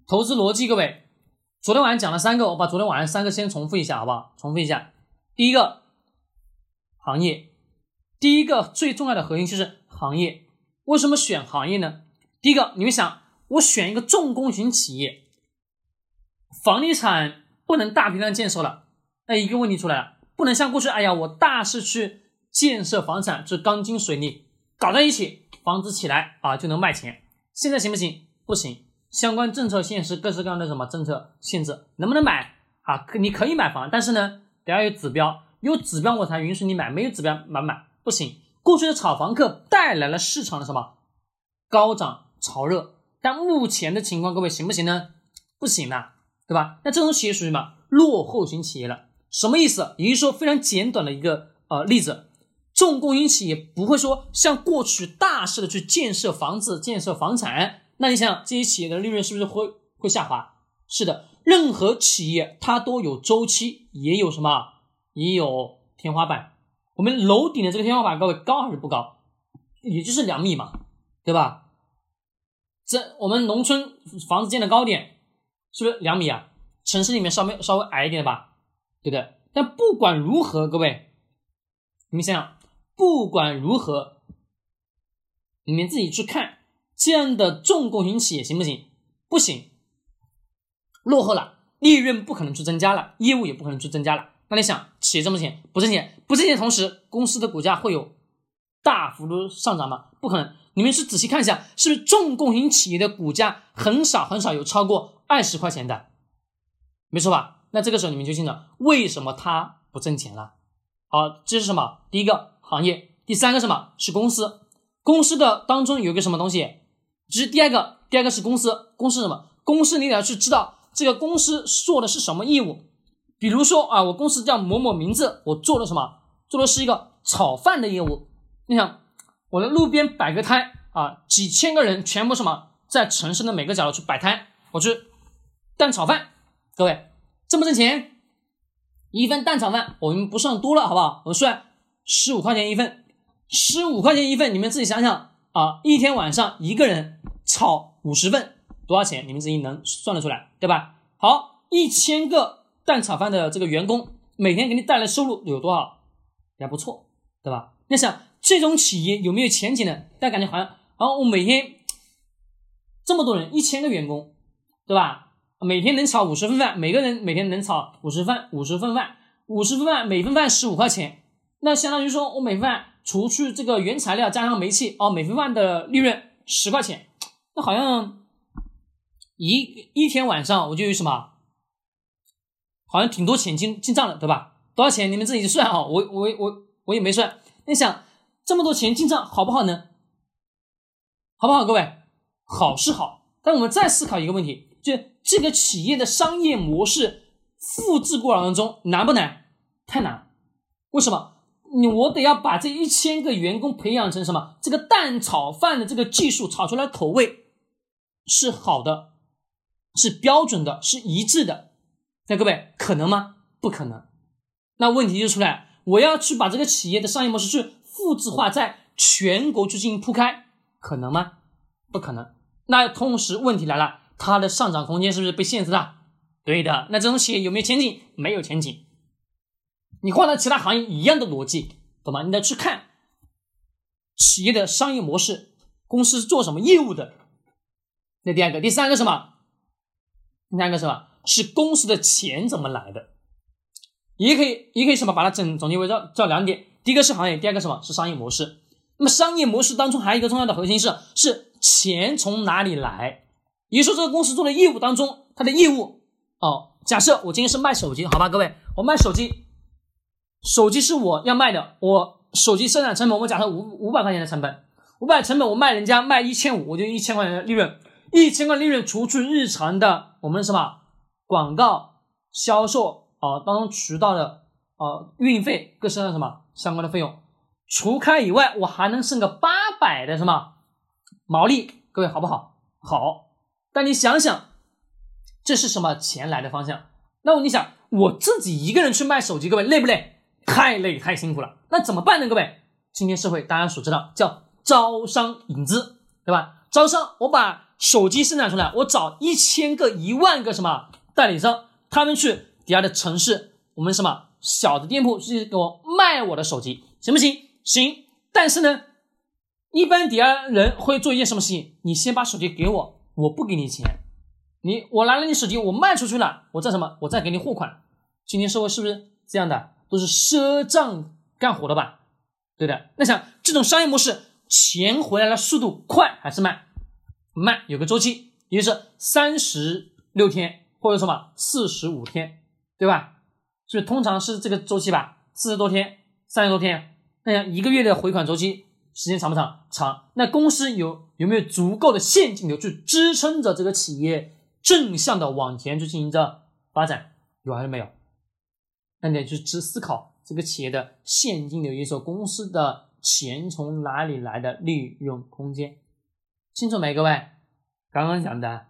投资逻辑，各位，昨天晚上讲了3个，我把昨天晚上3个先重复一下，好不好？重复一下。第一个，行业，第一个最重要的核心就是行业。为什么选行业呢？第一个，你们想，我选一个重工型企业，房地产不能大批量建设了，那一个问题出来了，不能像过去，哎呀，我大肆去建设房产，就是钢筋水泥搞在一起，房子起来啊就能卖钱。现在行不行？不行，相关政策限制，各式各样的什么政策限制，能不能买啊？你可以买房，但是呢，得要有指标，有指标我才允许你买，没有指标买不行。过去的炒房客带来了市场的什么高涨潮热，但目前的情况，各位行不行呢？不行的，对吧？那这种企业属于什么？落后型企业了。什么意思？也就是说非常简短的一个例子，重工型企业不会说像过去大肆的去建设房子、建设房产，那你想想这些企业的利润是不是会下滑？是的，任何企业它都有周期，也有什么？也有天花板。我们楼顶的这个天花板，各位高还是不高？也就是2米嘛，对吧？这我们农村房子建的高点，是不是2米啊？城市里面稍微矮一点吧，对不对？但不管如何，各位，你们想想，不管如何，你们自己去看，这样的重工型企业行不行？不行，落后了，利润不可能去增加了，业务也不可能去增加了。那你想，企业挣不挣钱？不挣钱，不挣钱的同时，公司的股价会有大幅度上涨吗？不可能。你们去仔细看一下，是不是重工型企业的股价很少有超过20块钱的？没错吧？那这个时候你们就清楚为什么它不挣钱了。好，这是什么？第一个行业，第三个什么？是公司。公司的当中有一个什么东西？这是第二个是公司。公司什么？公司你得要去知道这个公司做的是什么业务。比如说啊，我公司叫某某名字，我做的什么？做的是一个炒饭的业务。你想，我的路边摆个摊啊，几千个人全部什么，在城市的每个角落去摆摊，我去蛋炒饭。各位，挣不挣钱？一份蛋炒饭我们不算多了，好不好？我们算15块钱一份，15块钱一份，你们自己想想啊，一天晚上一个人炒50份，多少钱？你们自己能算得出来，对吧？好，1000个蛋炒饭的这个员工，每天给你带来收入有多少？也不错，对吧？那想这种企业有没有前景呢？大家感觉好像我每天这么多人，1000个员工，对吧？每天能炒50份饭，每个人每天能炒50份饭，每份饭15块钱，那相当于说我每份饭除去这个原材料加上煤气，每份饭的利润10块钱，那好像一天晚上我就有什么，好像挺多钱进账了，对吧？多少钱你们自己算啊，我也没算。你想这么多钱进账好不好呢？好不好，各位？好是好，但我们再思考一个问题，就这个企业的商业模式复制过程当中难不难？太难。为什么？我得要把这1000个员工培养成什么？这个蛋炒饭的这个技术炒出来口味是好的，是标准的，是一致的。那各位可能吗？不可能。那问题就出来，我要去把这个企业的商业模式去复制化，在全国去进行铺开，可能吗？不可能。那同时问题来了，它的上涨空间是不是被限制了？对的。那这种企业有没有前景？没有前景。你换到其他行业一样的逻辑，懂吗？你得去看企业的商业模式，公司是做什么业务的。那第二个，第三个什么？第三个什么？是公司的钱怎么来的？也可以什么？把它总结为这2点。第一个是行业，第二个什么？是商业模式。那么商业模式当中还有一个重要的核心是钱从哪里来？也就是说，这个公司做的业务当中，它的业务假设我今天是卖手机，好吧，各位，我卖手机，手机是我要卖的，我手机生产成本，我们假设500块钱的成本，500成本我卖人家卖1500，我就1000块钱的利润，1000块利润除去日常的我们什么广告、销售当中渠道的运费，各式各样的什么相关的费用，除开以外，我还能剩个800的什么毛利，各位好不好？好。但你想想，这是什么钱来的方向？那你想，我自己一个人去卖手机，各位累不累？太累，太辛苦了。那怎么办呢？各位，今天社会大家所知道叫招商引资，对吧？招商，我把手机生产出来，我找1000个、10000个什么代理商，他们去底下的城市，我们什么小的店铺去给我卖我的手机，行不行？行。但是呢，一般底下人会做一件什么事情？你先把手机给我，我不给你钱，我拿了你手机，我卖出去了，我再什么？我再给你货款。今天社会是不是这样的？都是赊账干活的吧？对的。那想这种商业模式，钱回来的速度快还是慢？慢，有个周期，也就是36天或者什么45天，对吧？是不是通常是这个周期吧？40多天、30多天。那样1个月的回款周期时间长不长？长。那公司有没有足够的现金流去支撑着这个企业正向的往前去进行着发展？有还是没有？那你得去思考这个企业的现金流，也就是说公司的钱从哪里来的利润空间。清楚没各位？刚刚讲的